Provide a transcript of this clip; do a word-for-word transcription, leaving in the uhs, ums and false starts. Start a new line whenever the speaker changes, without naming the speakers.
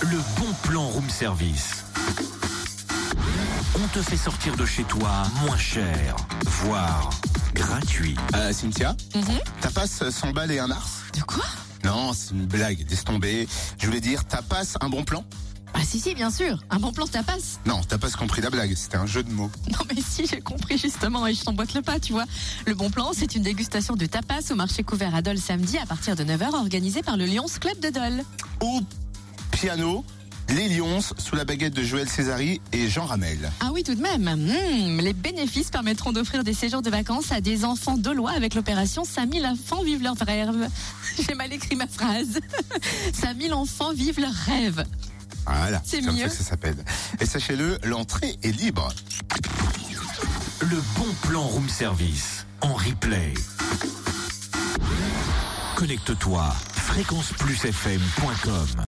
le bon plan room service. On te fait sortir de chez toi moins cher, voire gratuit.
Euh, Cynthia,
Mhm.
tapas cent balles et un ars?
De quoi?
Non, c'est une blague, laisse tomber. Je voulais dire, tapas un bon plan?
Ah si si, bien sûr, un bon plan tapas.
Non, t'as pas compris la blague, c'était un jeu de mots.
Non mais si, j'ai compris justement et je t'emboîte le pas, tu vois. Le bon plan, c'est une dégustation de tapas au marché couvert à Dole samedi à partir de neuf heures organisée par le Lions Club de Dole.
Au piano, les Lions sous la baguette de Joël Césari et Jean Ramel.
Ah oui, tout de même. Mmh, les bénéfices permettront d'offrir des séjours de vacances à des enfants dolois avec l'opération cinq mille enfants vivent leurs rêves. J'ai mal écrit ma phrase. cinq mille enfants vivent leurs rêves.
Voilà,
C'est
comme
mieux.
ça que ça s'appelle. Et sachez-le, l'entrée est libre.
Le bon plan room service en replay. Connecte-toi fréquence plus f m point com.